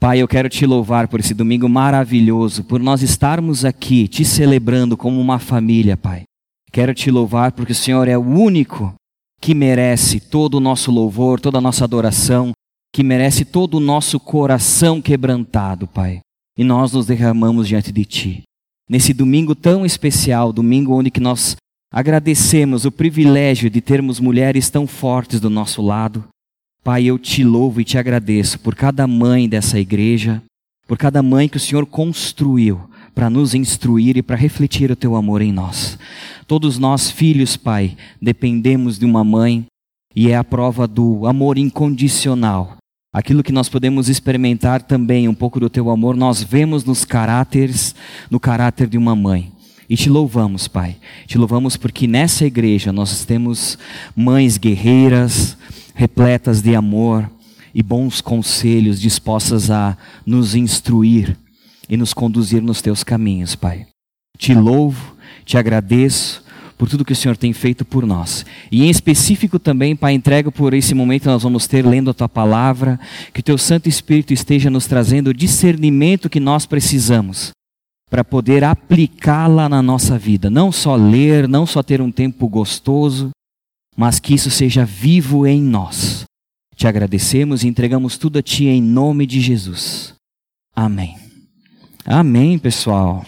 Pai, eu quero te louvar por esse domingo maravilhoso, por nós estarmos aqui te celebrando como uma família, Pai. Quero te louvar porque o Senhor é o único que merece todo o nosso louvor, toda a nossa adoração, que merece todo o nosso coração quebrantado, Pai. E nós nos derramamos diante de Ti. Nesse domingo tão especial, domingo onde que nós agradecemos o privilégio de termos mulheres tão fortes do nosso lado. Pai, eu te louvo e te agradeço por cada mãe dessa igreja, por cada mãe que o Senhor construiu para nos instruir e para refletir o teu amor em nós. Todos nós, filhos, Pai, dependemos de uma mãe e é a prova do amor incondicional. Aquilo que nós podemos experimentar também, um pouco do teu amor, nós vemos no caráter de uma mãe. E te louvamos, Pai. Te louvamos porque nessa igreja nós temos mães guerreiras, repletas de amor e bons conselhos, dispostas a nos instruir e nos conduzir nos teus caminhos, Pai. Te louvo, te agradeço por tudo que o Senhor tem feito por nós. E em específico também, Pai, entrego por esse momento que nós vamos ter lendo a Tua Palavra, que o Teu Santo Espírito esteja nos trazendo o discernimento que nós precisamos para poder aplicá-la na nossa vida. Não só ler, não só ter um tempo gostoso, mas que isso seja vivo em nós. Te agradecemos e entregamos tudo a Ti em nome de Jesus. Amém. Amém, pessoal.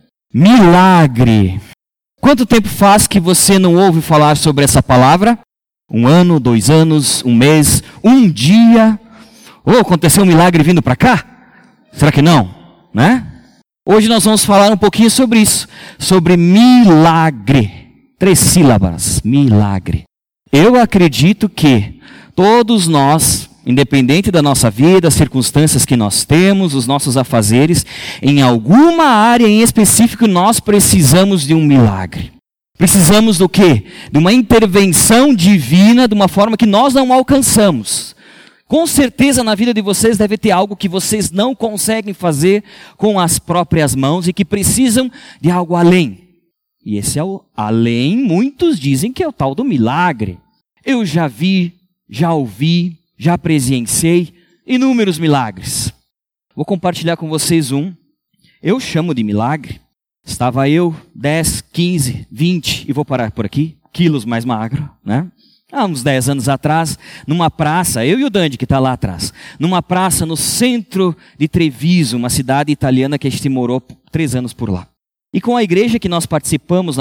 Milagre. Quanto tempo faz que você não ouve falar sobre essa palavra? 1 ano, 2 anos, 1 mês, 1 dia? Ou aconteceu um milagre vindo para cá? Será que não? Né? Hoje nós vamos falar um pouquinho sobre isso. Sobre milagre. 3 sílabas. Milagre. Eu acredito que todos nós, independente da nossa vida, as circunstâncias que nós temos, os nossos afazeres, em alguma área em específico nós precisamos de um milagre. Precisamos do quê? De uma intervenção divina de uma forma que nós não alcançamos. Com certeza na vida de vocês deve ter algo que vocês não conseguem fazer com as próprias mãos e que precisam de algo além. E esse é o além, muitos dizem que é o tal do milagre. Eu já vi, já ouvi, já presenciei inúmeros milagres. Vou compartilhar com vocês um. Eu chamo de milagre. Estava eu 10, 15, 20, e vou parar por aqui, quilos mais magro, né? Há uns 10 anos atrás, numa praça, eu e o Dandy que está lá atrás, numa praça no centro de Treviso, uma cidade italiana que a gente morou 3 anos por lá. E com a igreja que nós participávamos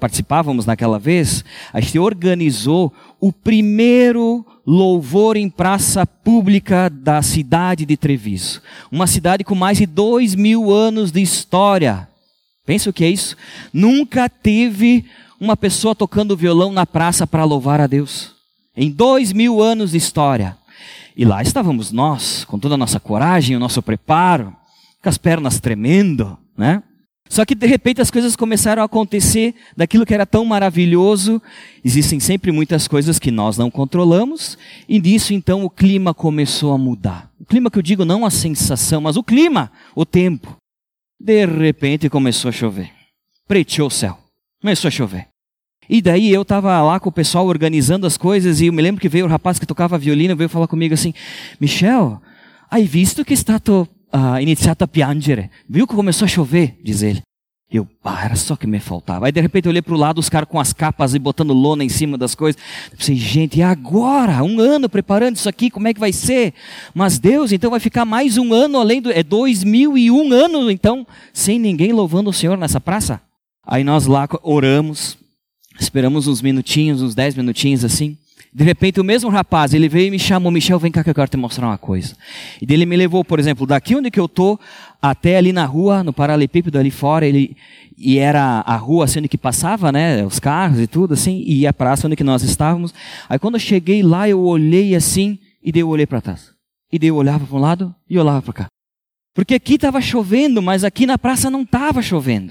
naquela vez, a gente organizou o primeiro louvor em praça pública da cidade de Treviso. Uma cidade com mais de 2.000 anos de história. Pensa o que é isso? Nunca teve uma pessoa tocando violão na praça para louvar a Deus. Em 2.000 anos de história. E lá estávamos nós, com toda a nossa coragem, o nosso preparo, com as pernas tremendo, né? Só que de repente as coisas começaram a acontecer daquilo que era tão maravilhoso. Existem sempre muitas coisas que nós não controlamos. E nisso então o clima começou a mudar. O clima que eu digo não a sensação, mas o clima, o tempo. De repente começou a chover. Preteou o céu. Começou a chover. E daí eu estava lá com o pessoal organizando as coisas e eu me lembro que veio o rapaz que tocava violino, veio falar comigo assim: Michel, hai visto que está iniziato a piangere? Viu que começou a chover? Diz ele. Eu, era só que me faltava. Aí de repente eu olhei para o lado, os caras com as capas e botando lona em cima das coisas. Eu pensei, gente, e agora? 1 ano preparando isso aqui, como é que vai ser? Mas Deus, então vai ficar mais 1 ano além do... É 2001 anos, então, sem ninguém louvando o Senhor nessa praça? Aí nós lá oramos, esperamos uns minutinhos, uns 10 minutinhos assim. De repente o mesmo rapaz, ele veio e me chamou: Michel, vem cá que eu quero te mostrar uma coisa. E dele me levou, por exemplo, daqui onde que eu estou, até ali na rua, no paralelepípedo ali fora, e era a rua assim onde que passava, né, os carros e tudo assim, e a praça onde que nós estávamos. Aí quando eu cheguei lá, eu olhei assim, e daí eu olhei para trás. E daí eu olhava para um lado e olhava para cá. Porque aqui estava chovendo, mas aqui na praça não estava chovendo.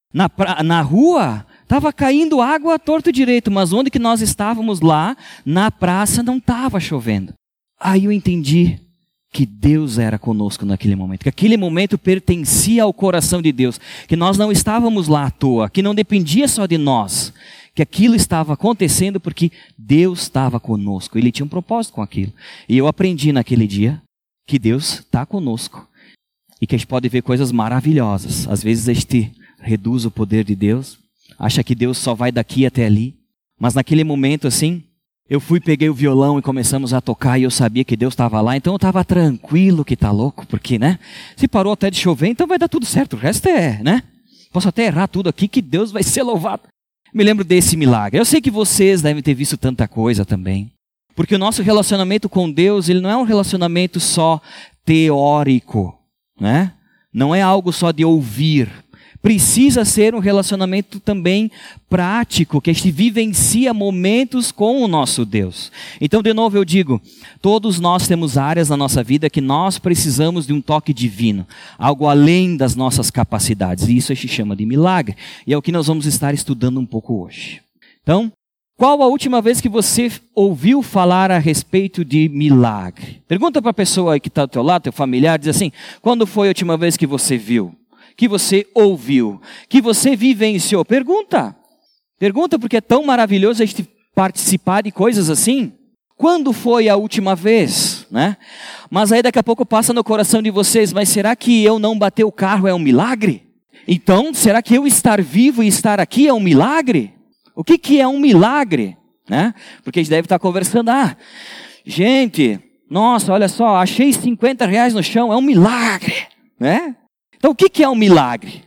Na rua... estava caindo água à torto e direito, mas onde que nós estávamos lá, na praça, não estava chovendo. Aí eu entendi que Deus era conosco naquele momento, que aquele momento pertencia ao coração de Deus, que nós não estávamos lá à toa, que não dependia só de nós, que aquilo estava acontecendo porque Deus estava conosco, Ele tinha um propósito com aquilo. E eu aprendi naquele dia que Deus está conosco e que a gente pode ver coisas maravilhosas. Às vezes a gente reduz o poder de Deus, acha que Deus só vai daqui até ali, mas naquele momento assim, eu peguei o violão e começamos a tocar e eu sabia que Deus estava lá, então eu estava tranquilo, que tá louco, porque, né? Se parou até de chover, então vai dar tudo certo, o resto né? Posso até errar tudo aqui, que Deus vai ser louvado. Me lembro desse milagre. Eu sei que vocês devem ter visto tanta coisa também, porque o nosso relacionamento com Deus, ele não é um relacionamento só teórico, né? Não é algo só de ouvir. Precisa ser um relacionamento também prático, que a gente vivencia momentos com o nosso Deus. Então, de novo eu digo, todos nós temos áreas na nossa vida que nós precisamos de um toque divino, algo além das nossas capacidades, e isso a gente chama de milagre, e é o que nós vamos estar estudando um pouco hoje. Então, qual a última vez que você ouviu falar a respeito de milagre? Pergunta para a pessoa que está ao teu lado, teu familiar, diz assim, quando foi a última vez que você viu? Que você ouviu, que você vivenciou? Pergunta porque é tão maravilhoso a gente participar de coisas assim. Quando foi a última vez, né? Mas aí daqui a pouco passa no coração de vocês, mas será que eu não bater o carro é um milagre? Então, será que eu estar vivo e estar aqui é um milagre? O que é um milagre? Né? Porque a gente deve estar conversando, gente, nossa, olha só, achei R$50 no chão, é um milagre, né? Então, o que é um milagre?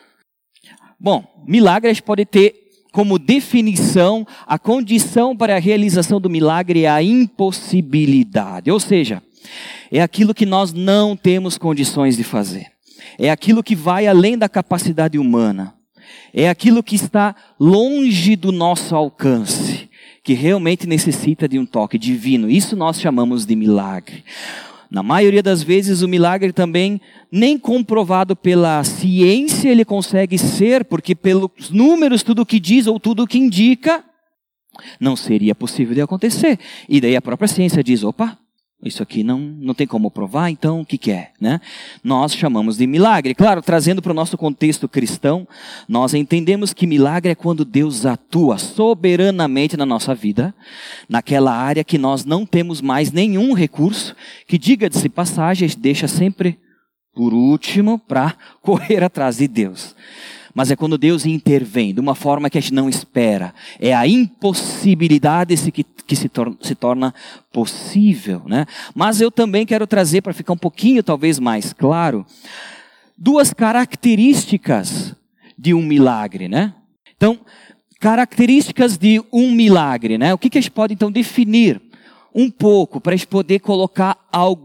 Bom, milagre a gente pode ter como definição, a condição para a realização do milagre é a impossibilidade. Ou seja, é aquilo que nós não temos condições de fazer. É aquilo que vai além da capacidade humana. É aquilo que está longe do nosso alcance, que realmente necessita de um toque divino. Isso nós chamamos de milagre. Na maioria das vezes o milagre também, nem comprovado pela ciência ele consegue ser, porque pelos números, tudo o que diz ou tudo o que indica, não seria possível de acontecer. E daí a própria ciência diz, opa, isso aqui não tem como provar, então o que é? Né? Nós chamamos de milagre. Claro, trazendo para o nosso contexto cristão, nós entendemos que milagre é quando Deus atua soberanamente na nossa vida, naquela área que nós não temos mais nenhum recurso, que diga-se passagem, deixa sempre por último para correr atrás de Deus. Mas é quando Deus intervém de uma forma que a gente não espera. É a impossibilidade que se torna possível, né? Mas eu também quero trazer, para ficar um pouquinho talvez mais claro, duas características de um milagre, né? Então, características de um milagre, né? O que a gente pode então definir um pouco, para a gente poder colocar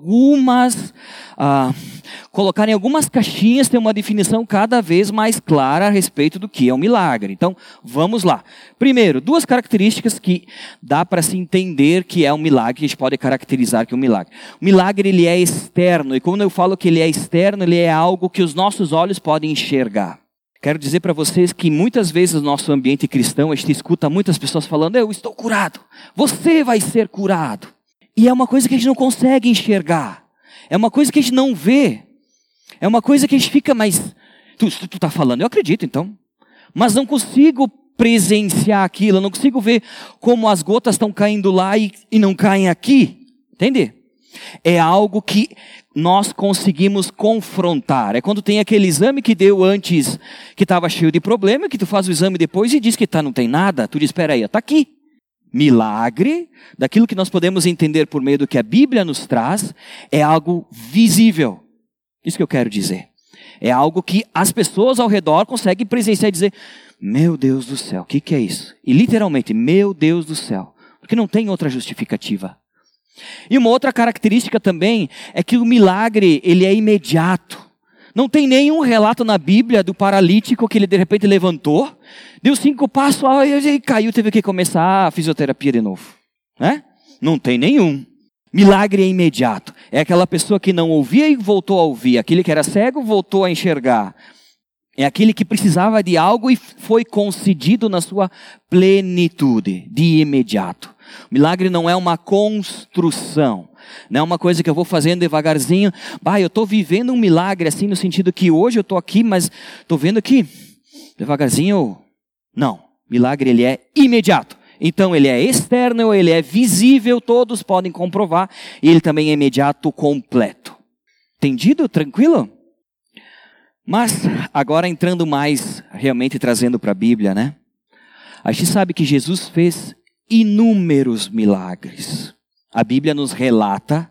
colocar em algumas caixinhas, ter uma definição cada vez mais clara a respeito do que é um milagre. Então, vamos lá. Primeiro, duas características que dá para se entender que é um milagre, que a gente pode caracterizar que é um milagre. O milagre, ele é externo, e quando eu falo que ele é externo, ele é algo que os nossos olhos podem enxergar. Quero dizer para vocês que muitas vezes no nosso ambiente cristão, a gente escuta muitas pessoas falando, eu estou curado, você vai ser curado. E é uma coisa que a gente não consegue enxergar. É uma coisa que a gente não vê. É uma coisa que a gente fica, mas tu está falando, eu acredito então. Mas não consigo presenciar aquilo, eu não consigo ver como as gotas estão caindo lá e não caem aqui. Entende? É algo que nós conseguimos confrontar. É quando tem aquele exame que deu antes, que estava cheio de problema, que tu faz o exame depois e diz que não tem nada. Tu diz, espera aí, está aqui. Milagre, daquilo que nós podemos entender por meio do que a Bíblia nos traz, é algo visível. Isso que eu quero dizer. É algo que as pessoas ao redor conseguem presenciar e dizer, meu Deus do céu, o que é isso? E literalmente, meu Deus do céu. Porque não tem outra justificativa. E uma outra característica também é que o milagre, ele é imediato. Não tem nenhum relato na Bíblia do paralítico que ele de repente levantou, deu 5 passos e caiu, teve que começar a fisioterapia de novo. Né? Não tem nenhum. Milagre é imediato. É aquela pessoa que não ouvia e voltou a ouvir. Aquele que era cego voltou a enxergar. É aquele que precisava de algo e foi concedido na sua plenitude, de imediato. O milagre não é uma construção, não é uma coisa que eu vou fazendo devagarzinho. Eu estou vivendo um milagre assim no sentido que hoje eu estou aqui, mas estou vendo que devagarzinho. Não, milagre ele é imediato. Então ele é externo, ele é visível, todos podem comprovar, e ele também é imediato, completo. Entendido? Tranquilo? Mas agora entrando mais, realmente trazendo para a Bíblia, né? A gente sabe que Jesus fez inúmeros milagres. A Bíblia nos relata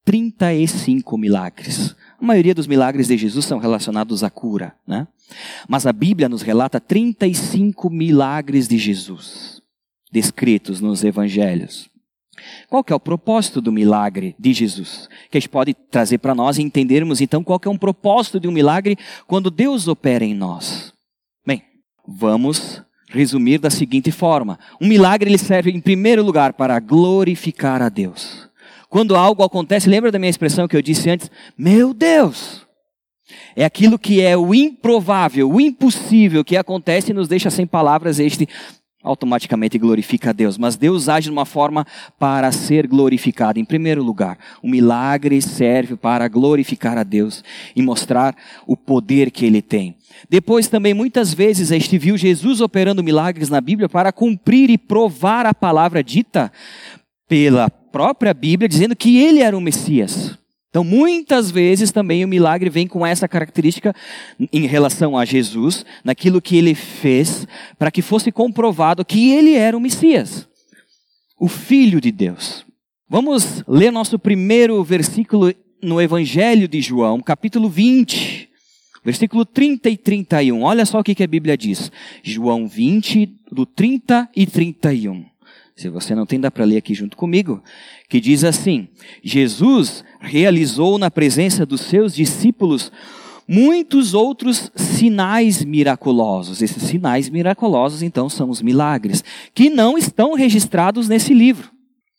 35 milagres. A maioria dos milagres de Jesus são relacionados à cura, né? Mas a Bíblia nos relata 35 milagres de Jesus, descritos nos evangelhos. Qual que é o propósito do milagre de Jesus? Que a gente pode trazer para nós e entendermos então qual que é um propósito de um milagre quando Deus opera em nós. Bem, vamos resumir da seguinte forma. Um milagre ele serve em primeiro lugar para glorificar a Deus. Quando algo acontece, lembra da minha expressão que eu disse antes? Meu Deus! É aquilo que é o improvável, o impossível que acontece e nos deixa sem palavras, este automaticamente glorifica a Deus. Mas Deus age de uma forma para ser glorificado. Em primeiro lugar, o milagre serve para glorificar a Deus e mostrar o poder que Ele tem. Depois também, muitas vezes, a gente viu Jesus operando milagres na Bíblia para cumprir e provar a palavra dita pela própria Bíblia, dizendo que Ele era o Messias. Então, muitas vezes também o milagre vem com essa característica em relação a Jesus, naquilo que Ele fez, para que fosse comprovado que Ele era o Messias, o Filho de Deus. Vamos ler nosso primeiro versículo no Evangelho de João, capítulo 20, versículo 30 e 31. Olha só o que a Bíblia diz. João 20, do 30 e 31. Se você não tem, dá para ler aqui junto comigo, que diz assim: Jesus realizou na presença dos seus discípulos muitos outros sinais miraculosos. Esses sinais miraculosos, então, são os milagres, que não estão registrados nesse livro.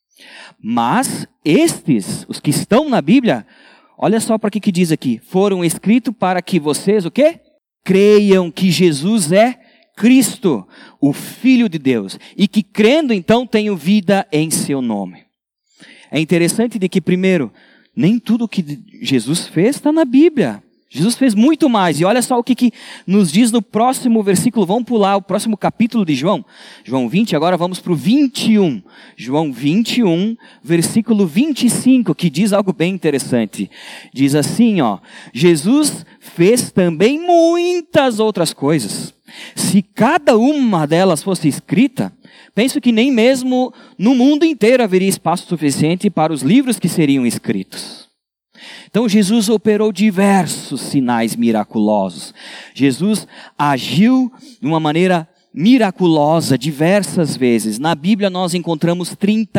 Mas estes, os que estão na Bíblia, olha só para que diz aqui, foram escritos para que vocês, o quê? Creiam que Jesus é Cristo, o Filho de Deus, e que crendo então tenham vida em seu nome. É interessante de que primeiro, nem tudo que Jesus fez está na Bíblia. Jesus fez muito mais. E olha só o que nos diz no próximo versículo. Vamos pular o próximo capítulo de João. João 20, agora vamos para o 21. João 21, versículo 25, que diz algo bem interessante. Diz assim, ó: Jesus fez também muitas outras coisas. Se cada uma delas fosse escrita, penso que nem mesmo no mundo inteiro haveria espaço suficiente para os livros que seriam escritos. Então Jesus operou diversos sinais miraculosos. Jesus agiu de uma maneira miraculosa diversas vezes. Na Bíblia nós encontramos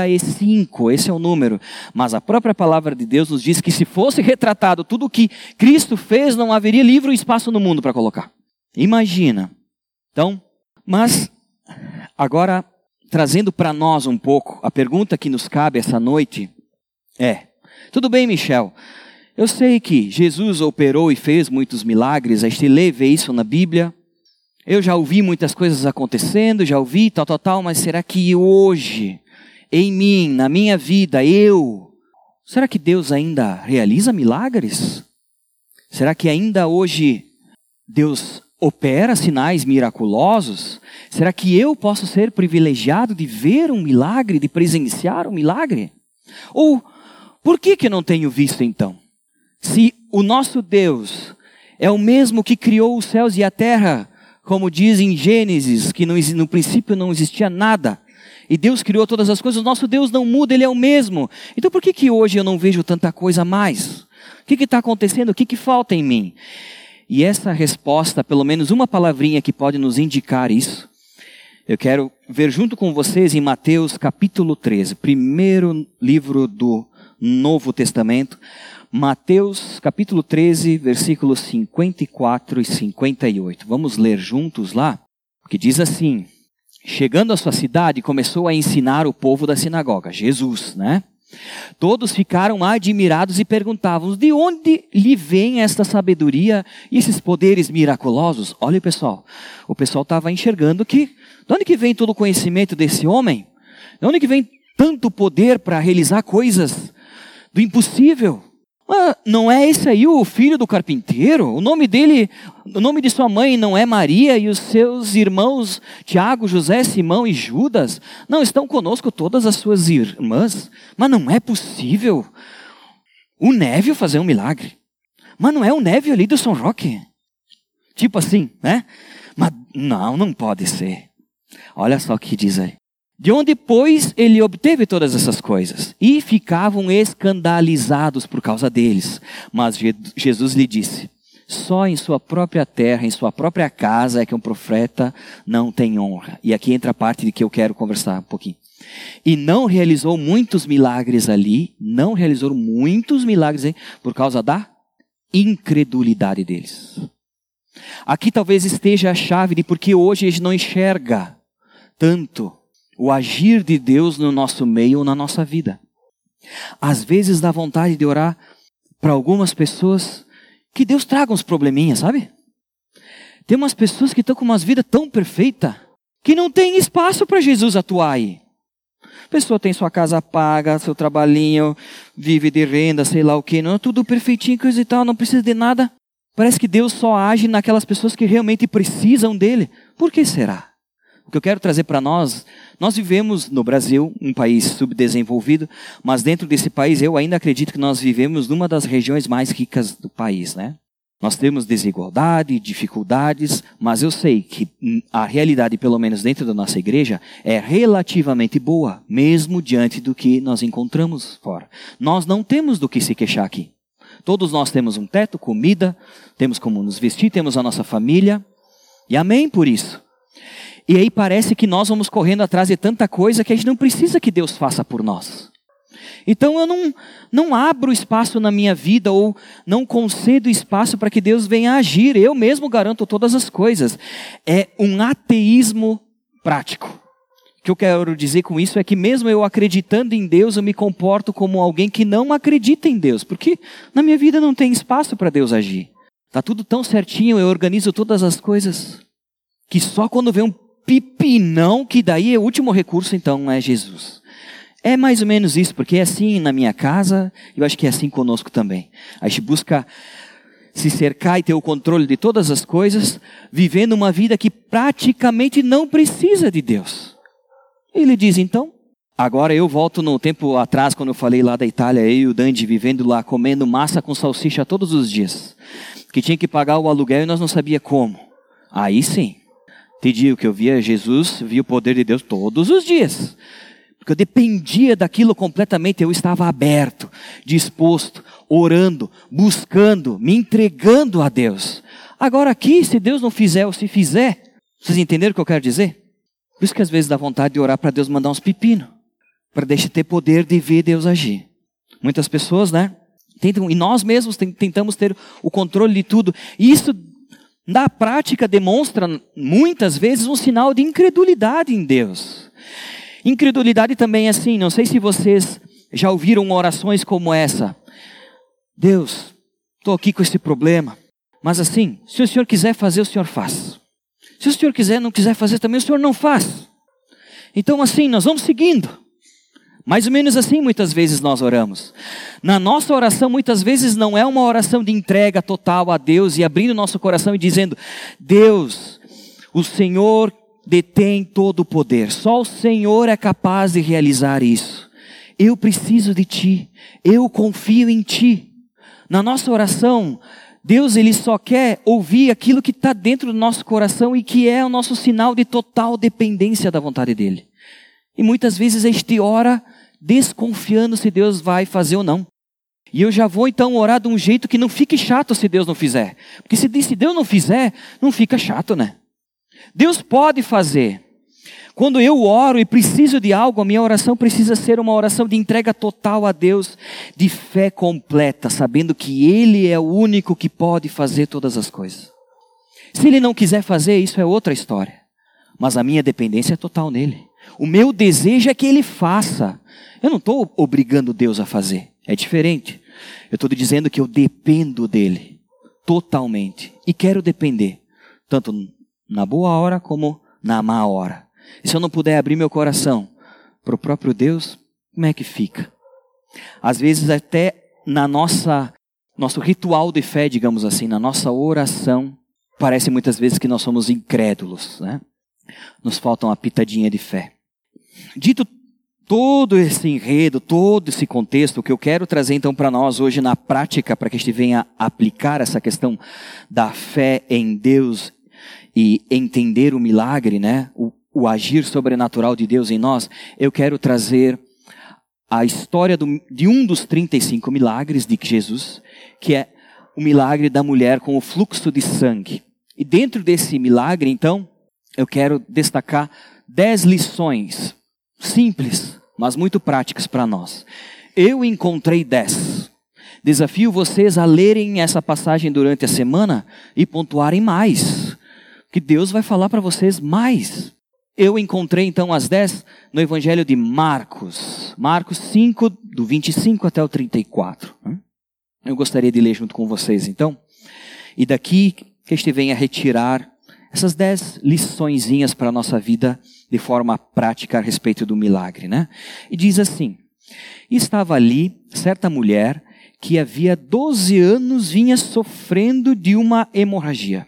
35, esse é o número. Mas a própria palavra de Deus nos diz que se fosse retratado tudo o que Cristo fez, não haveria livro e espaço no mundo para colocar. Imagina. Então, mas agora trazendo para nós um pouco, a pergunta que nos cabe essa noite é: tudo bem, Michel, eu sei que Jesus operou e fez muitos milagres, a gente lê e vê isso na Bíblia, eu já ouvi muitas coisas acontecendo, já ouvi tal, mas será que hoje, em mim, na minha vida, será que Deus ainda realiza milagres? Será que ainda hoje Deus opera sinais miraculosos? Será que eu posso ser privilegiado de ver um milagre, de presenciar um milagre? Ou, por que eu não tenho visto então? Se o nosso Deus é o mesmo que criou os céus e a terra, como diz em Gênesis, que no princípio não existia nada, e Deus criou todas as coisas, o nosso Deus não muda, Ele é o mesmo. Então por que hoje eu não vejo tanta coisa a mais? O que está acontecendo? O que falta em mim? E essa resposta, pelo menos uma palavrinha que pode nos indicar isso, eu quero ver junto com vocês em Mateus capítulo 13, primeiro livro do Novo Testamento, Mateus capítulo 13, versículos 54 e 58. Vamos ler juntos lá, que diz assim: chegando à sua cidade, começou a ensinar o povo da sinagoga, Jesus, né? Todos ficaram admirados e perguntavam: de onde lhe vem esta sabedoria e esses poderes miraculosos? Olha, pessoal, o pessoal estava enxergando que, de onde que vem todo o conhecimento desse homem? De onde que vem tanto poder para realizar coisas do impossível? Não é esse aí o filho do carpinteiro? O nome de sua mãe não é Maria, e os seus irmãos Tiago, José, Simão e Judas? Não estão conosco todas as suas irmãs? Mas não é possível o Névio fazer um milagre. Mas não é o Névio ali do São Roque? Tipo assim, né? Mas não pode ser. Olha só o que diz aí. De onde, pois, ele obteve todas essas coisas? E ficavam escandalizados por causa deles. Mas Jesus lhe disse: só em sua própria terra, em sua própria casa é que um profeta não tem honra. E aqui entra a parte de que eu quero conversar um pouquinho. E não realizou muitos milagres ali, por causa da incredulidade deles. Aqui talvez esteja a chave de porque hoje a gente não enxerga tanto o agir de Deus no nosso meio ou na nossa vida. Às vezes dá vontade de orar para algumas pessoas que Deus traga uns probleminhas, sabe? Tem umas pessoas que estão com umas vidas tão perfeitas que não tem espaço para Jesus atuar aí. A pessoa tem sua casa paga, seu trabalhinho, vive de renda, sei lá o que, não, tudo perfeitinho, coisa e tal, não precisa de nada. Parece que Deus só age naquelas pessoas que realmente precisam dele. Por que será? O que eu quero trazer para nós vivemos no Brasil, um país subdesenvolvido, mas dentro desse país eu ainda acredito que nós vivemos numa das regiões mais ricas do país, né? Nós temos desigualdade, dificuldades, mas eu sei que a realidade, pelo menos dentro da nossa igreja, é relativamente boa, mesmo diante do que nós encontramos fora. Nós não temos do que se queixar aqui. Todos nós temos um teto, comida, temos como nos vestir, temos a nossa família, e amém por isso. E aí parece que nós vamos correndo atrás de tanta coisa que a gente não precisa que Deus faça por nós. Então eu não abro espaço na minha vida ou não concedo espaço para que Deus venha agir. Eu mesmo garanto todas as coisas. É um ateísmo prático. O que eu quero dizer com isso é que mesmo eu acreditando em Deus, eu me comporto como alguém que não acredita em Deus. Porque na minha vida não tem espaço para Deus agir. Está tudo tão certinho, eu organizo todas as coisas, que só quando vem um pipinão, que daí é o último recurso, então é Jesus. É mais ou menos isso, porque é assim na minha casa, e eu acho que é assim conosco também. A gente busca se cercar e ter o controle de todas as coisas, vivendo uma vida que praticamente não precisa de Deus. Ele diz então, agora eu volto no tempo atrás, quando eu falei lá da Itália, eu e o Dandy vivendo lá, comendo massa com salsicha todos os dias, que tinha que pagar o aluguel e nós não sabia como. Aí sim, te digo que eu via Jesus, via o poder de Deus todos os dias. Porque eu dependia daquilo completamente, eu estava aberto, disposto, orando, buscando, me entregando a Deus. Agora aqui, se Deus não fizer ou se fizer, vocês entenderam o que eu quero dizer? Por isso que às vezes dá vontade de orar para Deus mandar uns pepinos, para deixar ter poder de ver Deus agir. Muitas pessoas, né, tentam, e nós mesmos tentamos ter o controle de tudo, e isso na prática demonstra muitas vezes um sinal de incredulidade em Deus. Incredulidade também é assim, não sei se vocês já ouviram orações como essa. Deus, estou aqui com esse problema, mas assim, se o Senhor quiser fazer, o Senhor faz. Se o Senhor não quiser fazer também, o Senhor não faz. Então assim, nós vamos seguindo. Mais ou menos assim muitas vezes nós oramos. Na nossa oração muitas vezes não é uma oração de entrega total a Deus e abrindo nosso coração e dizendo: Deus, o Senhor detém todo o poder. Só o Senhor é capaz de realizar isso. Eu preciso de Ti. Eu confio em Ti. Na nossa oração, Deus ele só quer ouvir aquilo que está dentro do nosso coração e que é o nosso sinal de total dependência da vontade dEle. E muitas vezes a gente ora desconfiando se Deus vai fazer ou não. E eu já vou então orar de um jeito que não fique chato se Deus não fizer. Porque se Deus não fizer, não fica chato, né? Deus pode fazer. Quando eu oro e preciso de algo, a minha oração precisa ser uma oração de entrega total a Deus, de fé completa, sabendo que Ele é o único que pode fazer todas as coisas. Se Ele não quiser fazer, isso é outra história. Mas a minha dependência é total nele. O meu desejo é que Ele faça. Eu não estou obrigando Deus a fazer. É diferente. Eu estou dizendo que eu dependo dEle. Totalmente. E quero depender. Tanto na boa hora como na má hora. E se eu não puder abrir meu coração para o próprio Deus, como é que fica? Às vezes até na nossa nosso ritual de fé, digamos assim, na nossa oração, parece muitas vezes que nós somos incrédulos, né? Nos falta uma pitadinha de fé. Dito todo esse enredo, todo esse contexto, o que eu quero trazer então para nós hoje na prática, para que a gente venha aplicar essa questão da fé em Deus e entender o milagre, né? O agir sobrenatural de Deus em nós, eu quero trazer a história de um dos 35 milagres de Jesus, que é o milagre da mulher com o fluxo de sangue. E dentro desse milagre, então, eu quero destacar 10 lições simples, mas muito práticas para nós. Eu encontrei 10. Desafio vocês a lerem essa passagem durante a semana e pontuarem mais, que Deus vai falar para vocês mais. Eu encontrei então as 10 no Evangelho de Marcos. Marcos 5, do 25 até o 34. Eu gostaria de ler junto com vocês então. E daqui que a gente venha retirar essas 10 liçõezinhas para a nossa vida de forma prática a respeito do milagre, né? E diz assim: estava ali certa mulher que havia 12 anos vinha sofrendo de uma hemorragia.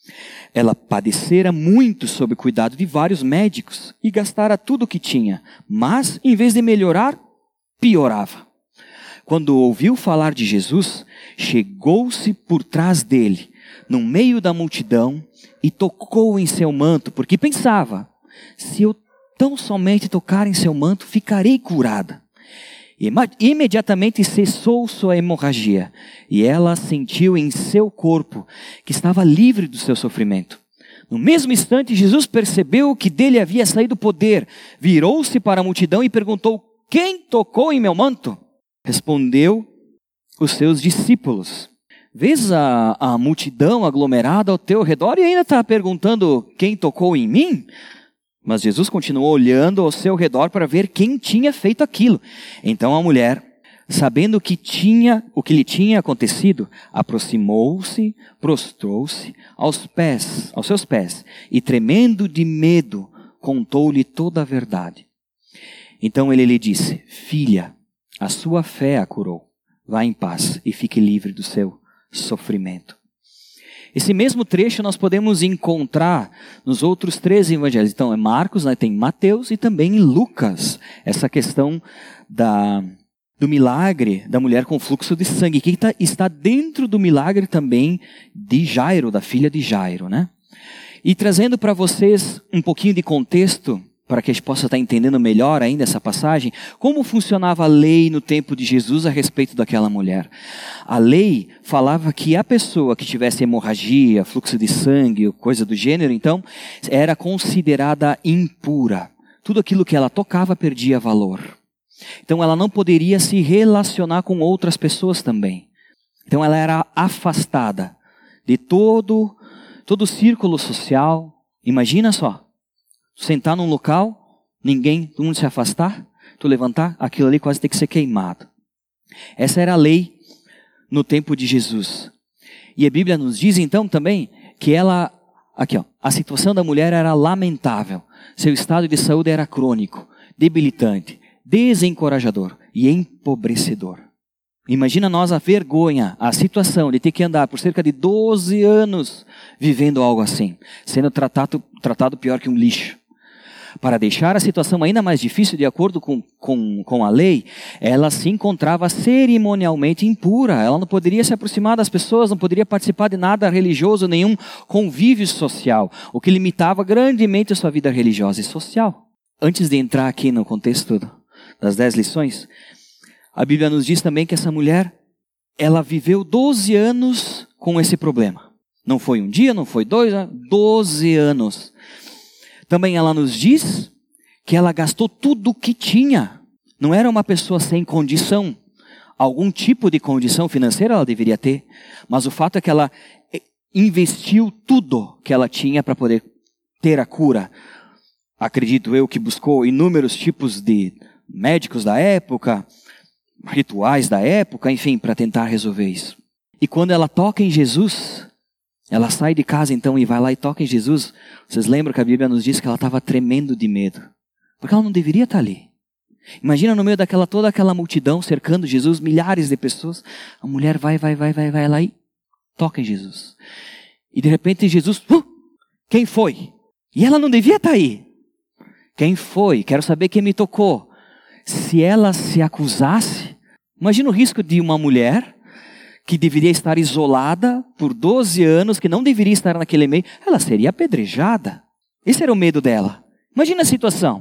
Ela padecera muito sob o cuidado de vários médicos e gastara tudo o que tinha, mas, em vez de melhorar, piorava. Quando ouviu falar de Jesus, chegou-se por trás dele, no meio da multidão, e tocou em seu manto, porque pensava: se eu tão somente tocar em seu manto, ficarei curada. Imediatamente cessou sua hemorragia, e ela sentiu em seu corpo que estava livre do seu sofrimento. No mesmo instante, Jesus percebeu que dele havia saído poder, virou-se para a multidão e perguntou: quem tocou em meu manto? Respondeu os seus discípulos: vês a multidão aglomerada ao teu redor e ainda está perguntando quem tocou em mim? Mas Jesus continuou olhando ao seu redor para ver quem tinha feito aquilo. Então a mulher, sabendo o que lhe tinha acontecido, aproximou-se, prostrou-se aos seus pés, e tremendo de medo, contou-lhe toda a verdade. Então ele lhe disse: filha, a sua fé a curou. Vá em paz e fique livre do seu sofrimento. Esse mesmo trecho nós podemos encontrar nos outros 3 evangelhos. Então é Marcos, né, tem Mateus e também em Lucas. Essa questão do milagre da mulher com fluxo de sangue, que está dentro do milagre também de Jairo, da filha de Jairo, né? E trazendo para vocês um pouquinho de contexto, para que a gente possa estar entendendo melhor ainda essa passagem, como funcionava a lei no tempo de Jesus a respeito daquela mulher. A lei falava que a pessoa que tivesse hemorragia, fluxo de sangue, coisa do gênero, então, era considerada impura. Tudo aquilo que ela tocava perdia valor. Então ela não poderia se relacionar com outras pessoas também. Então ela era afastada de todo o círculo social. Imagina só. Sentar num local, todo mundo se afastar, tu levantar, aquilo ali quase tem que ser queimado. Essa era a lei no tempo de Jesus. E a Bíblia nos diz então também que a situação da mulher era lamentável. Seu estado de saúde era crônico, debilitante, desencorajador e empobrecedor. Imagina nós a vergonha, a situação de ter que andar por cerca de 12 anos vivendo algo assim, sendo tratado pior que um lixo. Para deixar a situação ainda mais difícil, de acordo com a lei, ela se encontrava cerimonialmente impura. Ela não poderia se aproximar das pessoas, não poderia participar de nada religioso, nenhum convívio social, o que limitava grandemente a sua vida religiosa e social. Antes de entrar aqui no contexto das 10 lições, a Bíblia nos diz também que essa mulher, ela viveu 12 anos com esse problema. Não foi um dia, não foi 2, 12 anos. Também ela nos diz que ela gastou tudo o que tinha. Não era uma pessoa sem condição. Algum tipo de condição financeira ela deveria ter. Mas o fato é que ela investiu tudo que ela tinha para poder ter a cura. Acredito eu que buscou inúmeros tipos de médicos da época, rituais da época, enfim, para tentar resolver isso. E quando ela toca em Jesus, ela sai de casa então e vai lá e toca em Jesus. Vocês lembram que a Bíblia nos diz que ela estava tremendo de medo, porque ela não deveria estar ali. Imagina no meio toda aquela multidão cercando Jesus, milhares de pessoas. A mulher vai lá e toca em Jesus. E de repente Jesus, quem foi? E ela não devia estar aí. Quem foi? Quero saber quem me tocou. Se ela se acusasse, imagina o risco de uma mulher que deveria estar isolada por 12 anos, que não deveria estar naquele meio, ela seria apedrejada. Esse era o medo dela. Imagina a situação.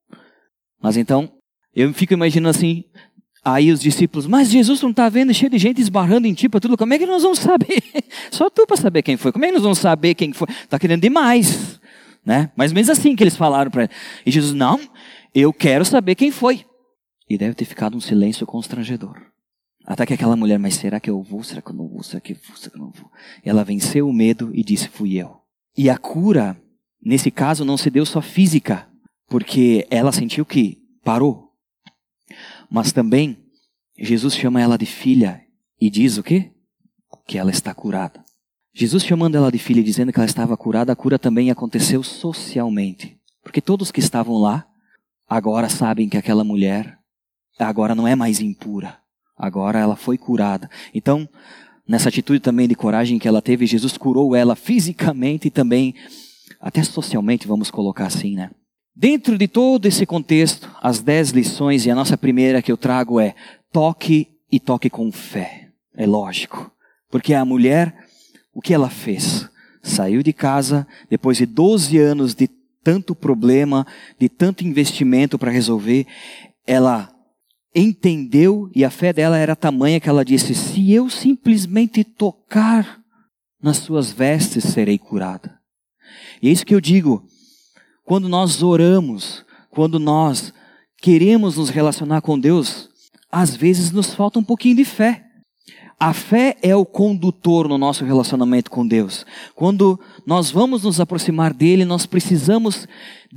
Mas então, eu fico imaginando assim, aí os discípulos, mas Jesus não está vendo, cheio de gente esbarrando em ti para tudo, como é que nós vamos saber? Só tu para saber quem foi, como é que nós vamos saber quem foi? Está querendo demais, né? Mais ou menos assim que eles falaram para ele. E Jesus, não, eu quero saber quem foi. E deve ter ficado um silêncio constrangedor. Até que aquela mulher, mas será que eu vou? Será que eu não vou? Será que eu vou? Será que eu não vou? Ela venceu o medo e disse, fui eu. E a cura, nesse caso, não se deu só física, porque ela sentiu que parou. Mas também, Jesus chama ela de filha e diz o quê? Que ela está curada. Jesus chamando ela de filha e dizendo que ela estava curada, a cura também aconteceu socialmente. Porque todos que estavam lá, agora sabem que aquela mulher, agora não é mais impura. Agora ela foi curada. Então, nessa atitude também de coragem que ela teve, Jesus curou ela fisicamente e também, até socialmente, vamos colocar assim, né? Dentro de todo esse contexto, as 10 lições, e a nossa primeira que eu trago é, toque e toque com fé. É lógico. Porque a mulher, o que ela fez? Saiu de casa, depois de 12 anos de tanto problema, de tanto investimento para resolver, ela entendeu, e a fé dela era tamanha que ela disse, se eu simplesmente tocar nas suas vestes, serei curada. E é isso que eu digo, quando nós oramos, quando nós queremos nos relacionar com Deus, às vezes nos falta um pouquinho de fé. A fé é o condutor no nosso relacionamento com Deus. Quando nós vamos nos aproximar dele, nós precisamos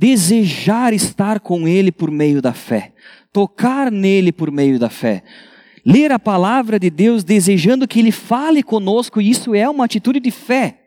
desejar estar com ele por meio da fé. Tocar nele por meio da fé. Ler a palavra de Deus desejando que ele fale conosco, e isso é uma atitude de fé.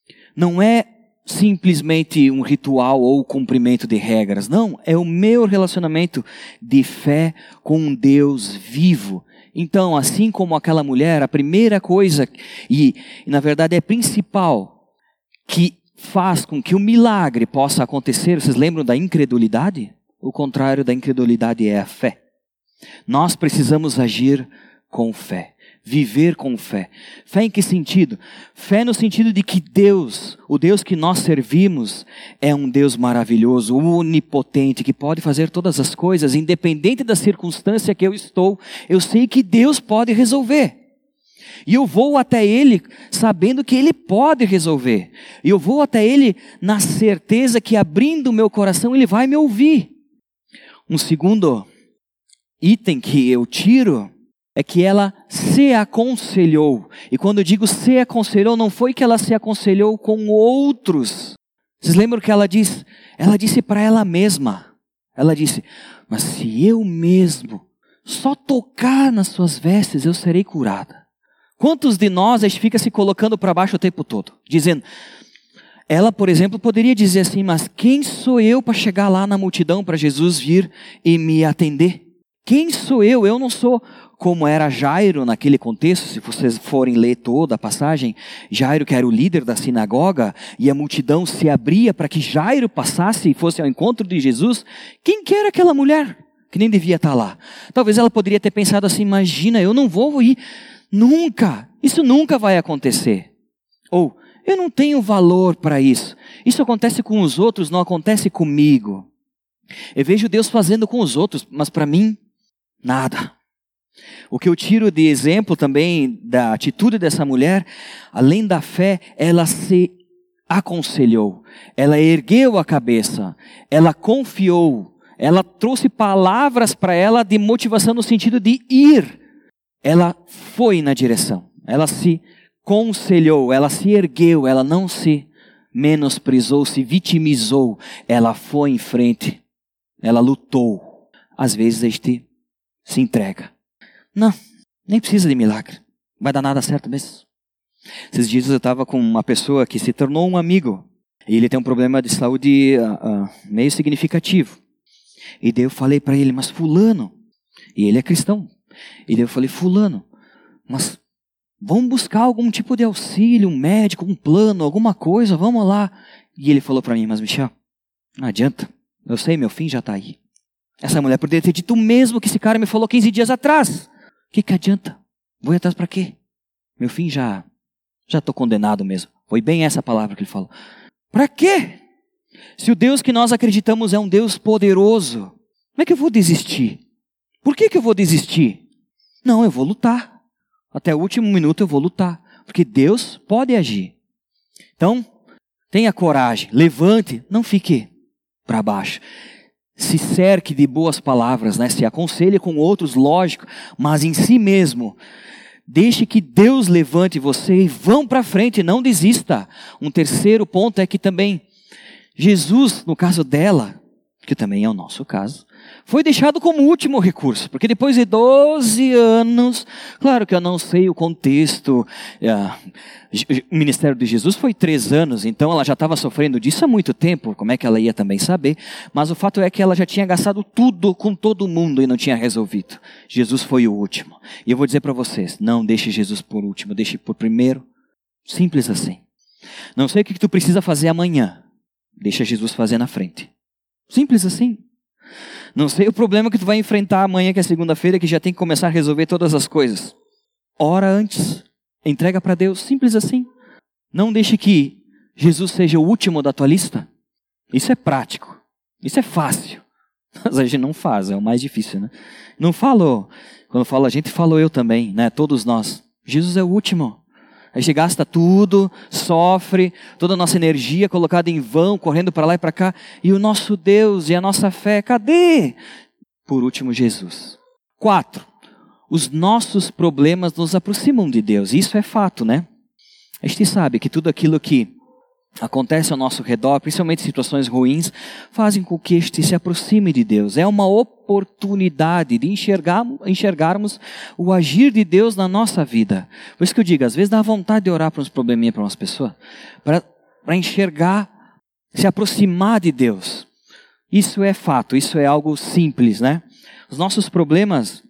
Não é simplesmente um ritual ou cumprimento de regras. Não, é o meu relacionamento de fé com um Deus vivo. Então, assim como aquela mulher, a primeira coisa, e na verdade é principal, que faz com que o milagre possa acontecer, vocês lembram da incredulidade? O contrário da incredulidade é a fé. Nós precisamos agir com fé, viver com fé. Fé em que sentido? Fé no sentido de que Deus, o Deus que nós servimos, é um Deus maravilhoso, onipotente, que pode fazer todas as coisas, independente da circunstância que eu estou, eu sei que Deus pode resolver. E eu vou até Ele sabendo que Ele pode resolver. E eu vou até Ele na certeza que abrindo o meu coração Ele vai me ouvir. Um segundo item que eu tiro é que ela se aconselhou. E quando eu digo se aconselhou, não foi que ela se aconselhou com outros. Vocês lembram que ela disse? Ela disse para ela mesma. Ela disse, mas se eu mesmo só tocar nas suas vestes, eu serei curada. Quantos de nós a gente fica se colocando para baixo o tempo todo? Dizendo, ela, por exemplo, poderia dizer assim, mas quem sou eu para chegar lá na multidão para Jesus vir e me atender? Quem sou eu? Eu não sou como era Jairo naquele contexto. Se vocês forem ler toda a passagem, Jairo que era o líder da sinagoga e a multidão se abria para que Jairo passasse e fosse ao encontro de Jesus. Quem que era aquela mulher que nem devia estar lá? Talvez ela poderia ter pensado assim, imagina, eu não vou ir nunca, isso nunca vai acontecer. Ou, eu não tenho valor para isso. Isso acontece com os outros, não acontece comigo. Eu vejo Deus fazendo com os outros, mas para mim, nada. O que eu tiro de exemplo também da atitude dessa mulher, além da fé, ela se aconselhou. Ela ergueu a cabeça. Ela confiou. Ela trouxe palavras para ela de motivação no sentido de ir. Ela foi na direção. Ela se conselhou, ela se ergueu, ela não se menosprezou, se vitimizou. Ela foi em frente, ela lutou. Às vezes a gente se entrega. Não, nem precisa de milagre. Vai dar nada certo mesmo. Esses dias eu estava com uma pessoa que se tornou um amigo. E ele tem um problema de saúde meio significativo. E daí eu falei para ele, mas fulano, e ele é cristão. E daí eu falei, fulano, mas vamos buscar algum tipo de auxílio, um médico, um plano, alguma coisa, vamos lá. E ele falou para mim, mas Michel, não adianta, eu sei, meu fim já está aí. Essa mulher poderia ter dito o mesmo que esse cara me falou 15 dias atrás. O que adianta? Vou ir atrás para quê? Meu fim já estou condenado mesmo. Foi bem essa palavra que ele falou. Para quê? Se o Deus que nós acreditamos é um Deus poderoso, como é que eu vou desistir? Por que eu vou desistir? Não, eu vou lutar. Até o último minuto eu vou lutar. Porque Deus pode agir. Então, tenha coragem, levante, não fique para baixo. Se cerque de boas palavras, né? Se aconselhe com outros, lógico, mas em si mesmo. Deixe que Deus levante você e vão para frente, não desista. Um terceiro ponto é que também Jesus, no caso dela, que também é o nosso caso, foi deixado como último recurso, porque depois de 12 anos, claro que eu não sei o contexto, o ministério de Jesus foi 3 anos, então ela já estava sofrendo disso há muito tempo, como é que ela ia também saber, mas o fato é que ela já tinha gastado tudo com todo mundo e não tinha resolvido. Jesus foi o último. E eu vou dizer para vocês, não deixe Jesus por último, deixe por primeiro, simples assim. Não sei o que tu precisa fazer amanhã, deixa Jesus fazer na frente. Simples assim. Não sei o problema que tu vai enfrentar amanhã, que é segunda-feira, que já tem que começar a resolver todas as coisas. Ora antes, entrega para Deus, simples assim. Não deixe que Jesus seja o último da tua lista. Isso é prático, isso é fácil. Mas a gente não faz, é o mais difícil, né? Não falou, quando fala a gente, falou eu também, né? Todos nós. Jesus é o último. A gente gasta tudo, sofre, toda a nossa energia colocada em vão, correndo para lá e para cá. E o nosso Deus e a nossa fé, cadê? Por último, Jesus. 4. Os nossos problemas nos aproximam de Deus. Isso é fato, né? A gente sabe que tudo aquilo que acontece ao nosso redor, principalmente situações ruins, fazem com que este se aproxime de Deus. É uma oportunidade de enxergarmos o agir de Deus na nossa vida. Por isso que eu digo, às vezes dá vontade de orar para uns probleminhas para umas pessoas, para enxergar, se aproximar de Deus. Isso é fato, isso é algo simples, né? Os nossos problemas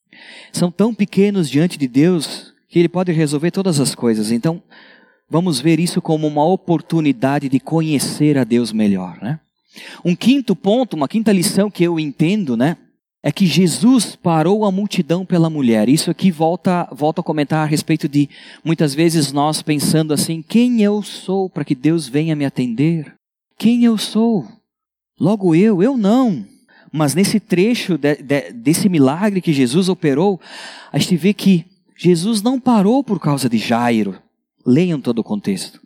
são tão pequenos diante de Deus que Ele pode resolver todas as coisas. Então, vamos ver isso como uma oportunidade de conhecer a Deus melhor, né? Um quinto ponto, uma quinta lição que eu entendo, né? É que Jesus parou a multidão pela mulher. Isso aqui volta a comentar a respeito de, muitas vezes nós pensando assim, quem eu sou para que Deus venha me atender? Quem eu sou? Logo eu não. Mas nesse trecho desse milagre que Jesus operou, a gente vê que Jesus não parou por causa de Jairo. Leiam todo o contexto.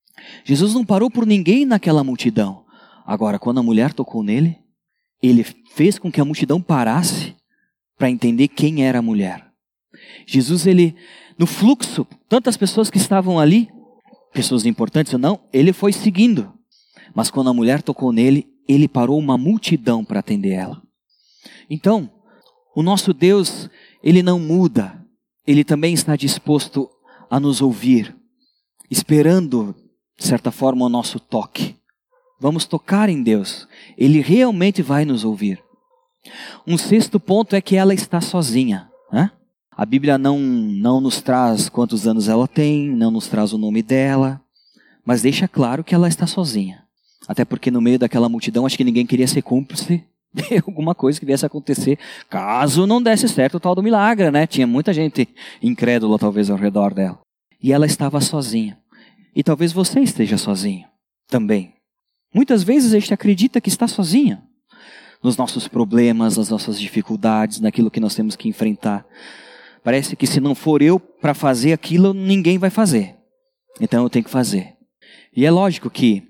Jesus não parou por ninguém naquela multidão. Agora, quando a mulher tocou nele, ele fez com que a multidão parasse para entender quem era a mulher. Jesus, no fluxo, tantas pessoas que estavam ali, pessoas importantes ou não, ele foi seguindo. Mas quando a mulher tocou nele, ele parou uma multidão para atender ela. Então, o nosso Deus, ele não muda. Ele também está disposto a nos ouvir, esperando, de certa forma, o nosso toque. Vamos tocar em Deus. Ele realmente vai nos ouvir. Um sexto ponto é que ela está sozinha, né? A Bíblia não nos traz quantos anos ela tem, não nos traz o nome dela, mas deixa claro que ela está sozinha. Até porque no meio daquela multidão, acho que ninguém queria ser cúmplice de alguma coisa que viesse a acontecer, caso não desse certo o tal do milagre, né? Tinha muita gente incrédula talvez ao redor dela. E ela estava sozinha. E talvez você esteja sozinho também. Muitas vezes a gente acredita que está sozinho. Nos nossos problemas, nas nossas dificuldades, naquilo que nós temos que enfrentar. Parece que se não for eu para fazer aquilo, ninguém vai fazer. Então eu tenho que fazer. E é lógico que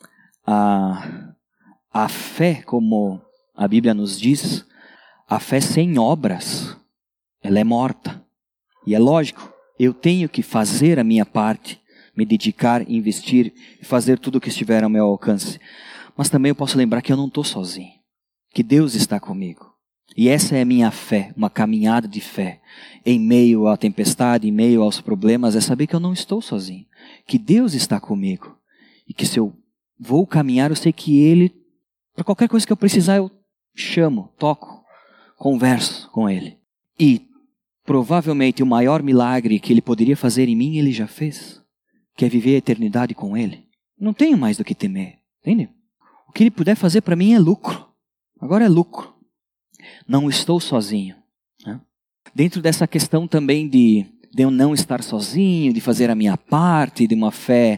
a fé, como a Bíblia nos diz, a fé sem obras, ela é morta. E é lógico, eu tenho que fazer a minha parte, me dedicar, investir e fazer tudo o que estiver ao meu alcance. Mas também eu posso lembrar que eu não estou sozinho, que Deus está comigo. E essa é a minha fé, uma caminhada de fé. Em meio à tempestade, em meio aos problemas, é saber que eu não estou sozinho, que Deus está comigo. E que se eu vou caminhar, eu sei que Ele, para qualquer coisa que eu precisar, chamo, toco, converso com Ele. E provavelmente o maior milagre que Ele poderia fazer em mim, Ele já fez. Que é viver a eternidade com Ele. Não tenho mais do que temer. Entende? O que Ele puder fazer para mim é lucro. Agora é lucro. Não estou sozinho. Né? Dentro dessa questão também de eu não estar sozinho, de fazer a minha parte, de uma fé...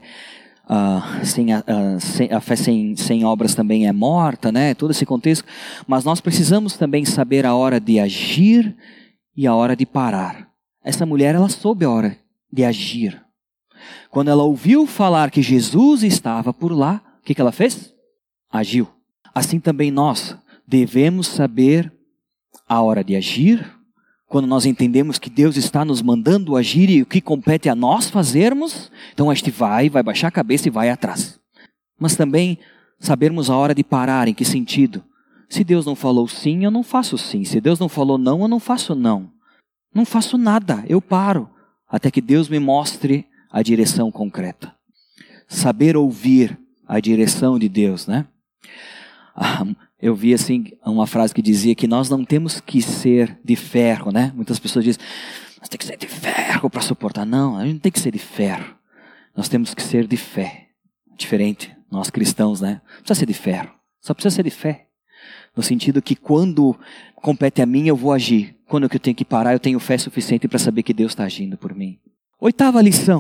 a fé sem obras também é morta, né? Todo esse contexto. Mas nós precisamos também saber a hora de agir e a hora de parar. Essa mulher, ela soube a hora de agir. Quando ela ouviu falar que Jesus estava por lá, o que ela fez? Agiu. Assim também nós devemos saber a hora de agir. Quando nós entendemos que Deus está nos mandando agir e o que compete a nós fazermos, então a gente vai baixar a cabeça e vai atrás. Mas também sabermos a hora de parar, em que sentido? Se Deus não falou sim, eu não faço sim. Se Deus não falou não, eu não faço não. Não faço nada, eu paro, até que Deus me mostre a direção concreta. Saber ouvir a direção de Deus, né? Eu vi assim uma frase que dizia que nós não temos que ser de ferro, né? Muitas pessoas dizem, nós temos que ser de ferro para suportar. Não, a gente não tem que ser de ferro. Nós temos que ser de fé. Diferente, nós cristãos, né? Não precisa ser de ferro, só precisa ser de fé. No sentido que quando compete a mim, eu vou agir. Quando eu tenho que parar, eu tenho fé suficiente para saber que Deus está agindo por mim. 8ª lição.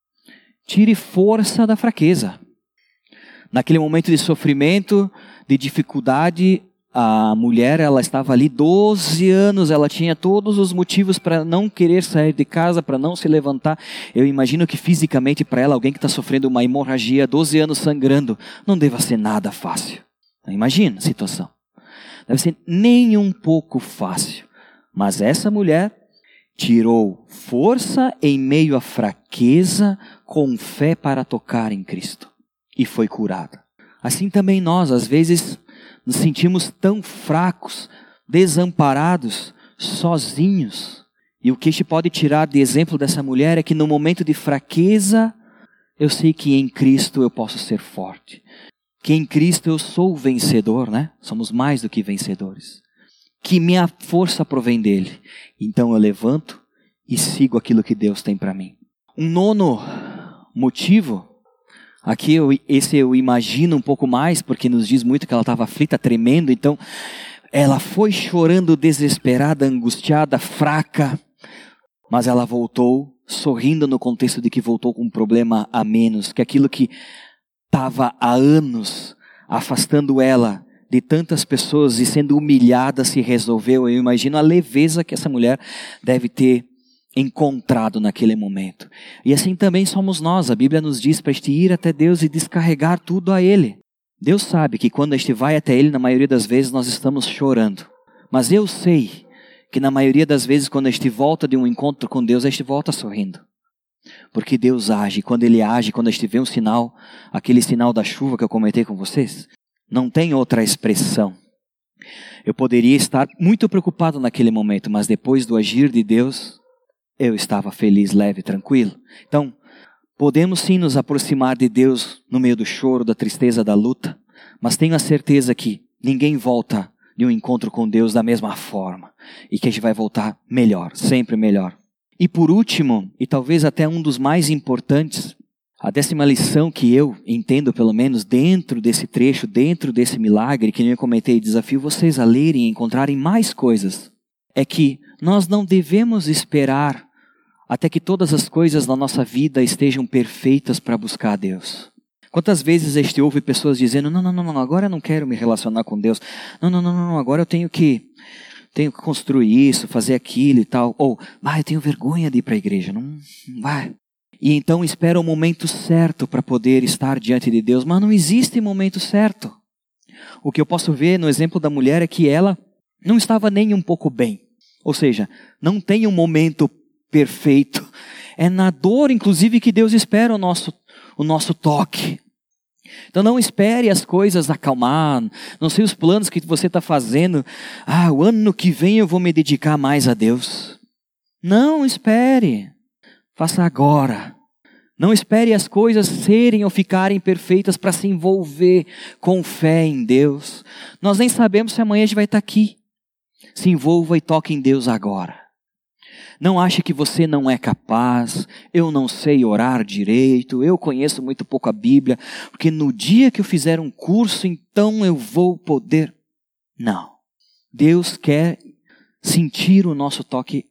Tire força da fraqueza. Naquele momento de sofrimento, de dificuldade, a mulher, ela estava ali 12 anos, ela tinha todos os motivos para não querer sair de casa, para não se levantar. Eu imagino que fisicamente para ela, alguém que está sofrendo uma hemorragia, 12 anos sangrando, não deva ser nada fácil. Imagina a situação. Deve ser nem um pouco fácil. Mas essa mulher tirou força em meio à fraqueza, com fé para tocar em Cristo. E foi curada. Assim também nós, às vezes, nos sentimos tão fracos, desamparados, sozinhos. E o que a gente pode tirar de exemplo dessa mulher é que no momento de fraqueza, eu sei que em Cristo eu posso ser forte. Que em Cristo eu sou vencedor, né? Somos mais do que vencedores. Que minha força provém dele. Então eu levanto e sigo aquilo que Deus tem para mim. Um 9º motivo, aqui esse eu imagino um pouco mais, porque nos diz muito que ela estava aflita, tremendo. Então ela foi chorando, desesperada, angustiada, fraca. Mas ela voltou, sorrindo no contexto de que voltou com um problema a menos. Que aquilo que estava há anos afastando ela de tantas pessoas e sendo humilhada se resolveu. Eu imagino a leveza que essa mulher deve ter encontrado naquele momento. E assim também somos nós. A Bíblia nos diz para a gente ir até Deus e descarregar tudo a Ele. Deus sabe que quando a gente vai até Ele, na maioria das vezes nós estamos chorando. Mas eu sei que na maioria das vezes quando a gente volta de um encontro com Deus, a gente volta sorrindo. Porque Deus age. Quando Ele age, quando a gente vê um sinal, aquele sinal da chuva que eu comentei com vocês, não tem outra expressão. Eu poderia estar muito preocupado naquele momento, mas depois do agir de Deus, eu estava feliz, leve, tranquilo. Então, podemos sim nos aproximar de Deus no meio do choro, da tristeza, da luta, mas tenho a certeza que ninguém volta de um encontro com Deus da mesma forma e que a gente vai voltar melhor, sempre melhor. E por último, e talvez até um dos mais importantes, a 10ª lição que eu entendo, pelo menos dentro desse trecho, dentro desse milagre, que nem eu comentei, desafio vocês a lerem e encontrarem mais coisas, é que nós não devemos esperar até que todas as coisas na nossa vida estejam perfeitas para buscar a Deus. Quantas vezes a gente ouve pessoas dizendo, não, agora eu não quero me relacionar com Deus. Não, agora eu tenho que construir isso, fazer aquilo e tal. Ou, eu tenho vergonha de ir para a igreja. Não vai. E então espera o momento certo para poder estar diante de Deus. Mas não existe momento certo. O que eu posso ver no exemplo da mulher é que ela não estava nem um pouco bem. Ou seja, não tem um momento perfeito. É na dor, inclusive, que Deus espera o nosso toque. Então não espere as coisas acalmar. Não sei os planos que você está fazendo. O ano que vem eu vou me dedicar mais a Deus. Não espere. Faça agora. Não espere as coisas serem ou ficarem perfeitas para se envolver com fé em Deus. Nós nem sabemos se amanhã a gente vai estar aqui. Se envolva e toque em Deus agora. Não ache que você não é capaz, eu não sei orar direito, eu conheço muito pouco a Bíblia, porque no dia que eu fizer um curso, então eu vou poder. Não. Deus quer sentir o nosso toque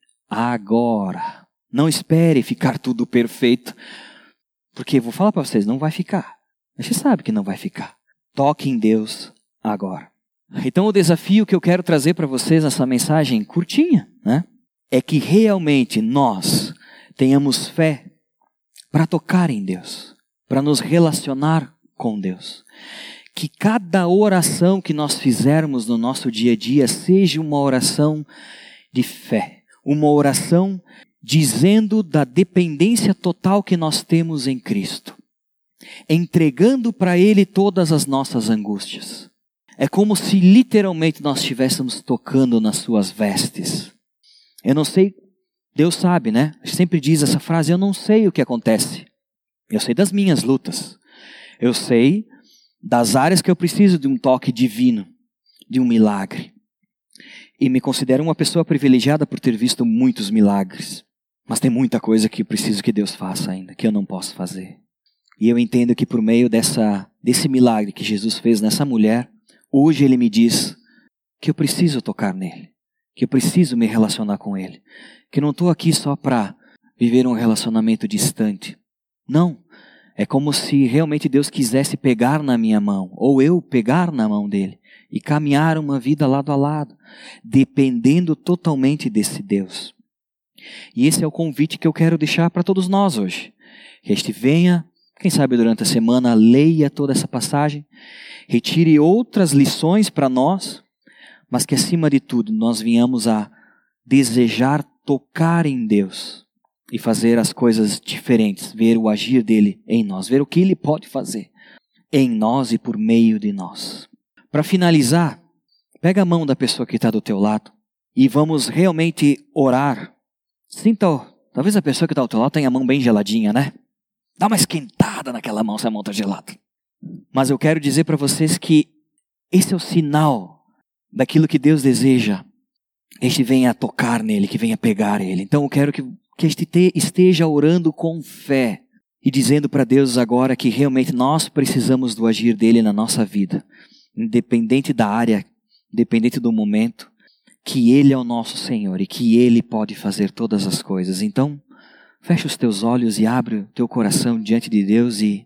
agora. Não espere ficar tudo perfeito, porque vou falar para vocês, não vai ficar. Você sabe que não vai ficar. Toque em Deus agora. Então o desafio que eu quero trazer para vocês nessa mensagem curtinha, né? É que realmente nós tenhamos fé para tocar em Deus, para nos relacionar com Deus. Que cada oração que nós fizermos no nosso dia a dia seja uma oração de fé, uma oração dizendo da dependência total que nós temos em Cristo, entregando para Ele todas as nossas angústias. É como se literalmente nós estivéssemos tocando nas suas vestes. Eu não sei, Deus sabe, né? A gente sempre diz essa frase, eu não sei o que acontece. Eu sei das minhas lutas. Eu sei das áreas que eu preciso de um toque divino, de um milagre. E me considero uma pessoa privilegiada por ter visto muitos milagres. Mas tem muita coisa que eu preciso que Deus faça ainda, que eu não posso fazer. E eu entendo que por meio desse milagre que Jesus fez nessa mulher, hoje Ele me diz que eu preciso tocar nele. Que eu preciso me relacionar com Ele. Que eu não estou aqui só para viver um relacionamento distante. Não. É como se realmente Deus quisesse pegar na minha mão, ou eu pegar na mão dele, e caminhar uma vida lado a lado, dependendo totalmente desse Deus. E esse é o convite que eu quero deixar para todos nós hoje. Que a gente venha, quem sabe durante a semana, leia toda essa passagem, retire outras lições para nós, mas que acima de tudo nós venhamos a desejar tocar em Deus e fazer as coisas diferentes, ver o agir dele em nós, ver o que ele pode fazer em nós e por meio de nós. Para finalizar, pega a mão da pessoa que está do teu lado e vamos realmente orar. Sinta, talvez a pessoa que está ao teu lado tenha a mão bem geladinha, né? Dá uma esquentada naquela mão se a mão está gelada. Mas eu quero dizer para vocês que esse é o sinal daquilo que Deus deseja, este venha tocar nele, que venha pegar ele. Então eu quero que este esteja orando com fé e dizendo para Deus agora que realmente nós precisamos do agir dele na nossa vida, independente da área, independente do momento, que ele é o nosso Senhor e que ele pode fazer todas as coisas. Então fecha os teus olhos e abre o teu coração diante de Deus e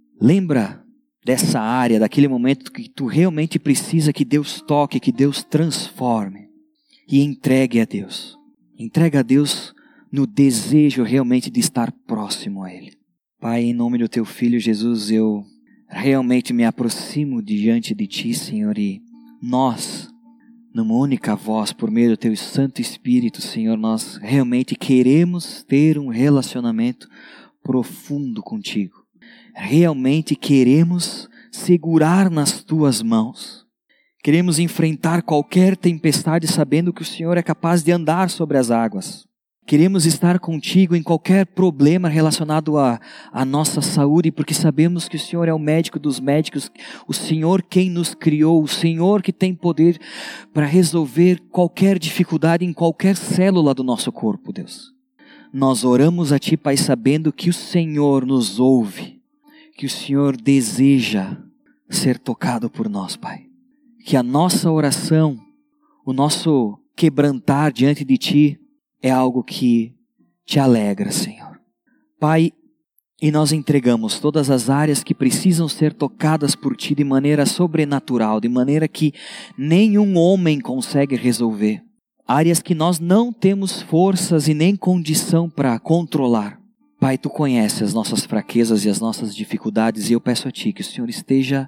lembra dessa área, daquele momento que tu realmente precisa que Deus toque, que Deus transforme. E entregue a Deus. Entrega a Deus no desejo realmente de estar próximo a Ele. Pai, em nome do Teu Filho Jesus, eu realmente me aproximo diante de Ti, Senhor, e nós, numa única voz, por meio do Teu Santo Espírito, Senhor, nós realmente queremos ter um relacionamento profundo contigo. Realmente queremos segurar nas Tuas mãos. Queremos enfrentar qualquer tempestade sabendo que o Senhor é capaz de andar sobre as águas. Queremos estar contigo em qualquer problema relacionado à nossa saúde, porque sabemos que o Senhor é o médico dos médicos, o Senhor quem nos criou, o Senhor que tem poder para resolver qualquer dificuldade em qualquer célula do nosso corpo, Deus. Nós oramos a Ti, Pai, sabendo que o Senhor nos ouve, que o Senhor deseja ser tocado por nós, Pai. Que a nossa oração, o nosso quebrantar diante de Ti é algo que Te alegra, Senhor. Pai, e nós entregamos todas as áreas que precisam ser tocadas por Ti de maneira sobrenatural, de maneira que nenhum homem consegue resolver. Áreas que nós não temos forças e nem condição para controlar. Pai, Tu conheces as nossas fraquezas e as nossas dificuldades e eu peço a Ti que o Senhor esteja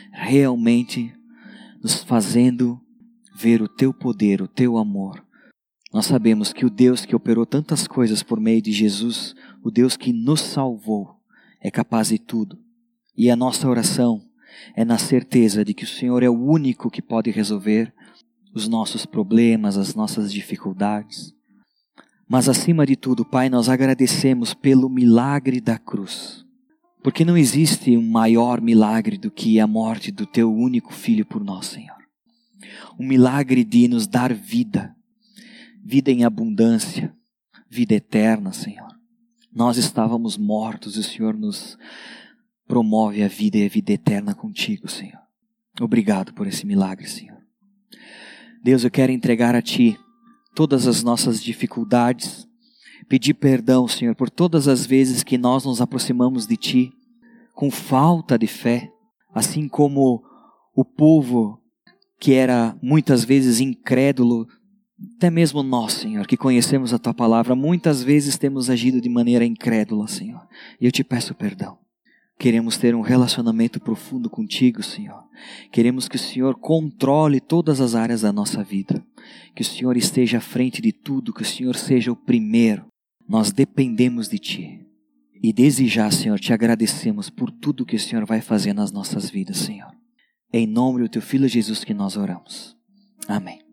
realmente nos fazendo ver o Teu poder, o Teu amor. Nós sabemos que o Deus que operou tantas coisas por meio de Jesus, o Deus que nos salvou, é capaz de tudo. E a nossa oração é na certeza de que o Senhor é o único que pode resolver os nossos problemas, as nossas dificuldades. Mas acima de tudo, Pai, nós agradecemos pelo milagre da cruz. Porque não existe um maior milagre do que a morte do Teu único Filho por nós, Senhor. O milagre de nos dar vida, vida em abundância, vida eterna, Senhor. Nós estávamos mortos e o Senhor nos promove a vida e a vida eterna contigo, Senhor. Obrigado por esse milagre, Senhor. Deus, eu quero entregar a Ti todas as nossas dificuldades, pedir perdão, Senhor, por todas as vezes que nós nos aproximamos de Ti com falta de fé, assim como o povo que era muitas vezes incrédulo, até mesmo nós, Senhor, que conhecemos a Tua palavra, muitas vezes temos agido de maneira incrédula, Senhor, e eu Te peço perdão. Queremos ter um relacionamento profundo contigo, Senhor. Queremos que o Senhor controle todas as áreas da nossa vida. Que o Senhor esteja à frente de tudo, que o Senhor seja o primeiro. Nós dependemos de Ti. E desde já, Senhor, Te agradecemos por tudo que o Senhor vai fazer nas nossas vidas, Senhor. É em nome do Teu Filho Jesus que nós oramos. Amém.